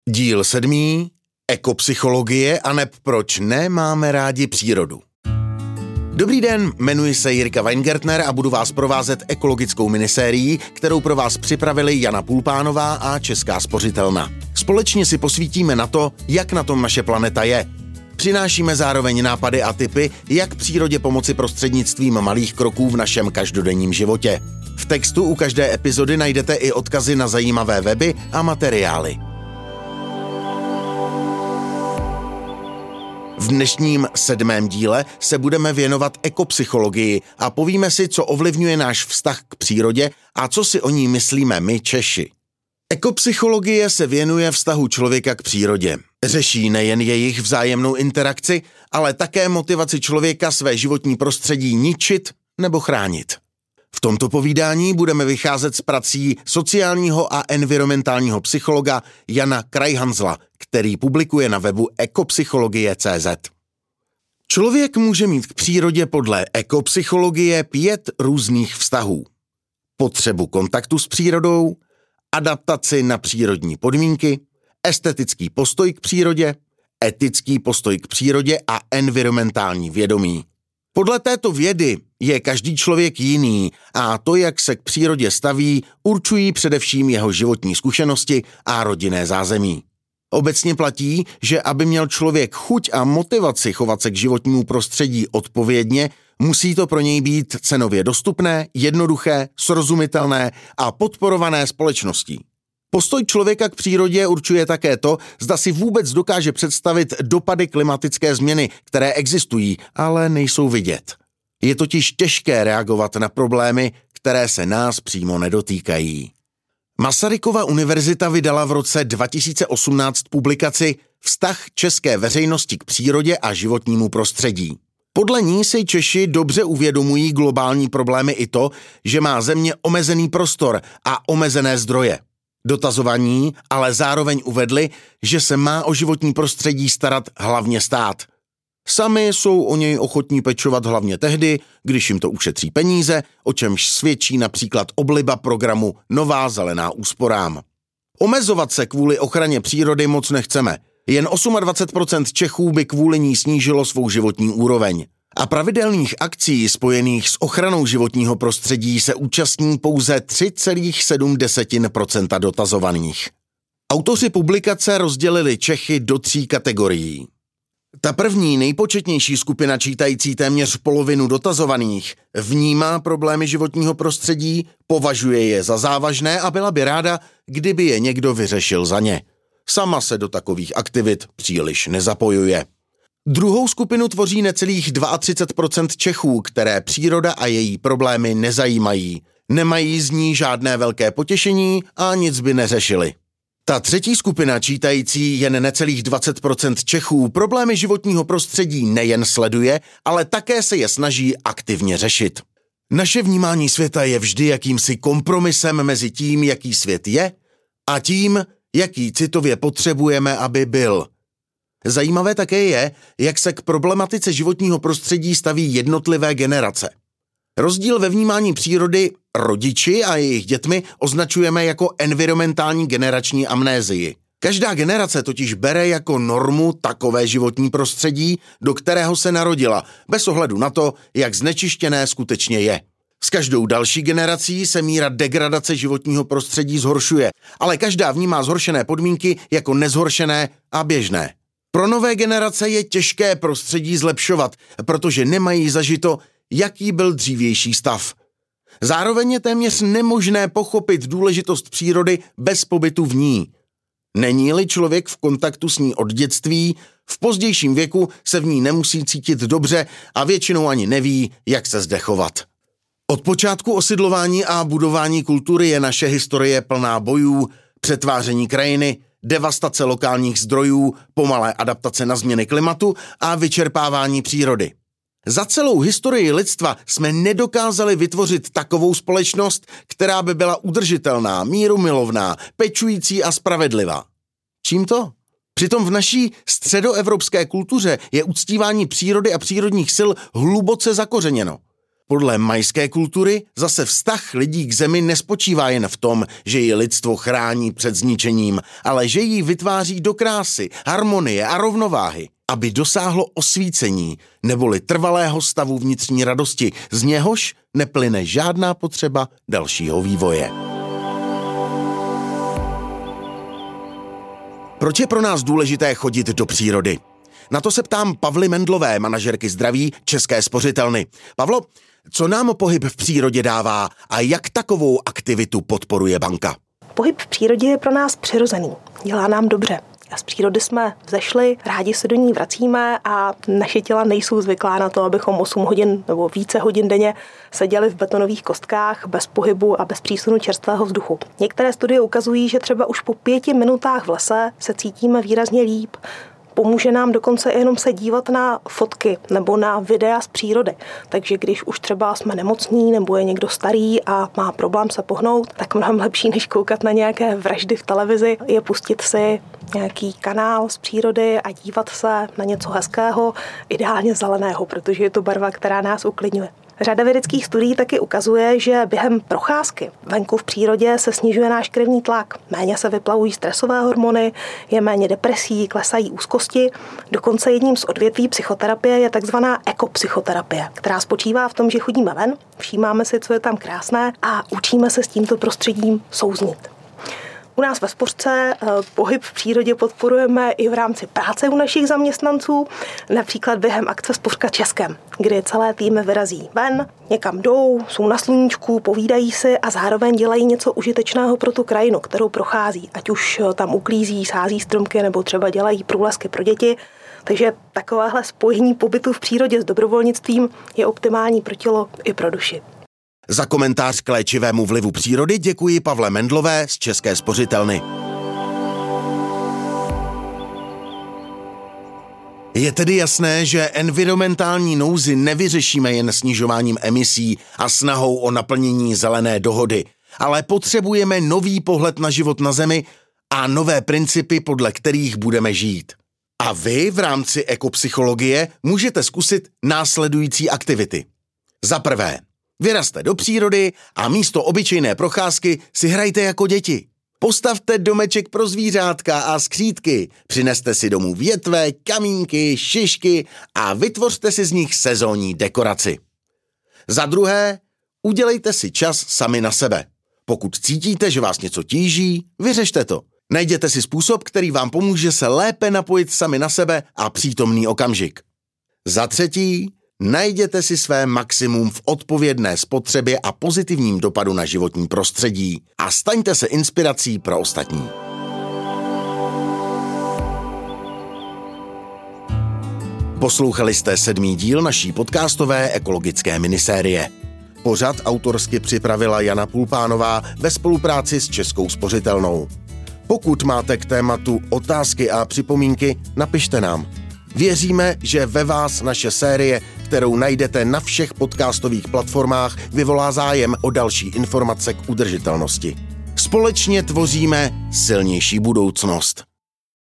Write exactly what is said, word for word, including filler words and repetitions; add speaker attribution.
Speaker 1: Díl sedmý. Ekopsychologie aneb proč nemáme rádi přírodu. Dobrý den, jmenuji se Jirka Weingartner a budu vás provázet ekologickou minisérií, kterou pro vás připravili Jana Půlpánová a Česká spořitelna. Společně si posvítíme na to, jak na tom naše planeta je. Přinášíme zároveň nápady a tipy, jak přírodě pomoci prostřednictvím malých kroků v našem každodenním životě. V textu u každé epizody najdete i odkazy na zajímavé weby a materiály. V dnešním sedmém díle se budeme věnovat ekopsychologii a povíme si, co ovlivňuje náš vztah k přírodě a co si o ní myslíme my Češi. Ekopsychologie se věnuje vztahu člověka k přírodě. Řeší nejen jejich vzájemnou interakci, ale také motivaci člověka své životní prostředí ničit nebo chránit. V tomto povídání budeme vycházet z prací sociálního a environmentálního psychologa Jana Krajhanzla, který publikuje na webu ekopsychologie tečka cé zet. Člověk může mít k přírodě podle ekopsychologie pět různých vztahů. Potřebu kontaktu s přírodou, adaptaci na přírodní podmínky, estetický postoj k přírodě, etický postoj k přírodě a environmentální vědomí. Podle této vědy je každý člověk jiný a to, jak se k přírodě staví, určují především jeho životní zkušenosti a rodinné zázemí. Obecně platí, že aby měl člověk chuť a motivaci chovat se k životnímu prostředí odpovědně, musí to pro něj být cenově dostupné, jednoduché, srozumitelné a podporované společností. Postoj člověka k přírodě určuje také to, zda si vůbec dokáže představit dopady klimatické změny, které existují, ale nejsou vidět. Je totiž těžké reagovat na problémy, které se nás přímo nedotýkají. Masarykova univerzita vydala v roce dva tisíce osmnáct publikaci Vztah české veřejnosti k přírodě a životnímu prostředí. Podle ní si Češi dobře uvědomují globální problémy i to, že má země omezený prostor a omezené zdroje. Dotazovaní ale zároveň uvedli, že se má o životní prostředí starat hlavně stát. Sami jsou o něj ochotní pečovat hlavně tehdy, když jim to ušetří peníze, o čemž svědčí například obliba programu Nová zelená úsporám. Omezovat se kvůli ochraně přírody moc nechceme. Jen dvacet osm procent Čechů by kvůli ní snížilo svou životní úroveň. A pravidelných akcí spojených s ochranou životního prostředí se účastní pouze tři celá sedm procenta dotazovaných. Autoři publikace rozdělili Čechy do tří kategorií. Ta první, nejpočetnější skupina čítající téměř polovinu dotazovaných, vnímá problémy životního prostředí, považuje je za závažné a byla by ráda, kdyby je někdo vyřešil za ně. Sama se do takových aktivit příliš nezapojuje. Druhou skupinu tvoří necelých třicet dva procent Čechů, které příroda a její problémy nezajímají. Nemají z ní žádné velké potěšení a nic by neřešili. Ta třetí skupina, čítající jen necelých dvacet procent Čechů, problémy životního prostředí nejen sleduje, ale také se je snaží aktivně řešit. Naše vnímání světa je vždy jakýmsi kompromisem mezi tím, jaký svět je, a tím, jaký citově potřebujeme, aby byl. Zajímavé také je, jak se k problematice životního prostředí staví jednotlivé generace. Rozdíl ve vnímání přírody rodiči a jejich dětmi označujeme jako environmentální generační amnézii. Každá generace totiž bere jako normu takové životní prostředí, do kterého se narodila, bez ohledu na to, jak znečištěné skutečně je. S každou další generací se míra degradace životního prostředí zhoršuje, ale každá vnímá zhoršené podmínky jako nezhoršené a běžné. Pro nové generace je těžké prostředí zlepšovat, protože nemají zažito, jaký byl dřívější stav. Zároveň je téměř nemožné pochopit důležitost přírody bez pobytu v ní. Není-li člověk v kontaktu s ní od dětství, v pozdějším věku se v ní nemusí cítit dobře a většinou ani neví, jak se zde chovat. Od počátku osidlování a budování kultury je naše historie plná bojů, přetváření krajiny, devastace lokálních zdrojů, pomalé adaptace na změny klimatu a vyčerpávání přírody. Za celou historii lidstva jsme nedokázali vytvořit takovou společnost, která by byla udržitelná, mírumilovná, pečující a spravedlivá. Čím to? Přitom v naší středoevropské kultuře je uctívání přírody a přírodních sil hluboce zakořeněno. Podle majské kultury zase vztah lidí k zemi nespočívá jen v tom, že ji lidstvo chrání před zničením, ale že ji vytváří do krásy, harmonie a rovnováhy, aby dosáhlo osvícení neboli trvalého stavu vnitřní radosti, z něhož neplyne žádná potřeba dalšího vývoje. Proč je pro nás důležité chodit do přírody? Na to se ptám Pavly Mendlové, manažerky zdraví České spořitelny. Pavlo, co nám pohyb v přírodě dává a jak takovou aktivitu podporuje banka?
Speaker 2: Pohyb v přírodě je pro nás přirozený, dělá nám dobře. A z přírody jsme vzešli, rádi se do ní vracíme a naše těla nejsou zvyklá na to, abychom osm hodin nebo více hodin denně seděli v betonových kostkách bez pohybu a bez přísunu čerstvého vzduchu. Některé studie ukazují, že třeba už po pěti minutách v lese se cítíme výrazně líp. Pomůže nám dokonce jenom se dívat na fotky nebo na videa z přírody. Takže když už třeba jsme nemocní nebo je někdo starý a má problém se pohnout, tak mnohem lepší, než koukat na nějaké vraždy v televizi, je pustit si nějaký kanál z přírody a dívat se na něco hezkého, ideálně zeleného, protože je to barva, která nás uklidňuje. Řada vědeckých studií taky ukazuje, že během procházky venku v přírodě se snižuje náš krevní tlak, méně se vyplavují stresové hormony, je méně depresí, klesají úzkosti. Dokonce jedním z odvětví psychoterapie je takzvaná ekopsychoterapie, která spočívá v tom, že chodíme ven, všímáme si, co je tam krásné a učíme se s tímto prostředím souznít. U nás ve Spořce pohyb v přírodě podporujeme i v rámci práce u našich zaměstnanců, například během akce Spořka Českem, kdy celé týmy vyrazí ven, někam jdou, jsou na sluníčku, povídají si a zároveň dělají něco užitečného pro tu krajinu, kterou prochází, ať už tam uklízí, sází stromky nebo třeba dělají průlesky pro děti. Takže takovéhle spojení pobytu v přírodě s dobrovolnictvím je optimální pro tělo i pro duši.
Speaker 1: Za komentář k léčivému vlivu přírody děkuji Pavle Mendlové z České spořitelny. Je tedy jasné, že environmentální nouzi nevyřešíme jen snižováním emisí a snahou o naplnění zelené dohody, ale potřebujeme nový pohled na život na Zemi a nové principy, podle kterých budeme žít. A vy v rámci ekopsychologie můžete zkusit následující aktivity. Za prvé, vyrazte do přírody a místo obyčejné procházky si hrajte jako děti. Postavte domeček pro zvířátka a skřítky, přineste si domů větve, kamínky, šišky a vytvořte si z nich sezónní dekoraci. Za druhé, udělejte si čas sami na sebe. Pokud cítíte, že vás něco tíží, vyřešte to. Najděte si způsob, který vám pomůže se lépe napojit sami na sebe a přítomný okamžik. Za třetí, najděte si své maximum v odpovědné spotřebě a pozitivním dopadu na životní prostředí a staňte se inspirací pro ostatní. Poslouchali jste sedmý díl naší podcastové ekologické minisérie. Pořad autorsky připravila Jana Pulpánová ve spolupráci s Českou spořitelnou. Pokud máte k tématu otázky a připomínky, napište nám. Věříme, že ve vás naše série, kterou najdete na všech podcastových platformách, vyvolá zájem o další informace k udržitelnosti. Společně tvoříme silnější budoucnost.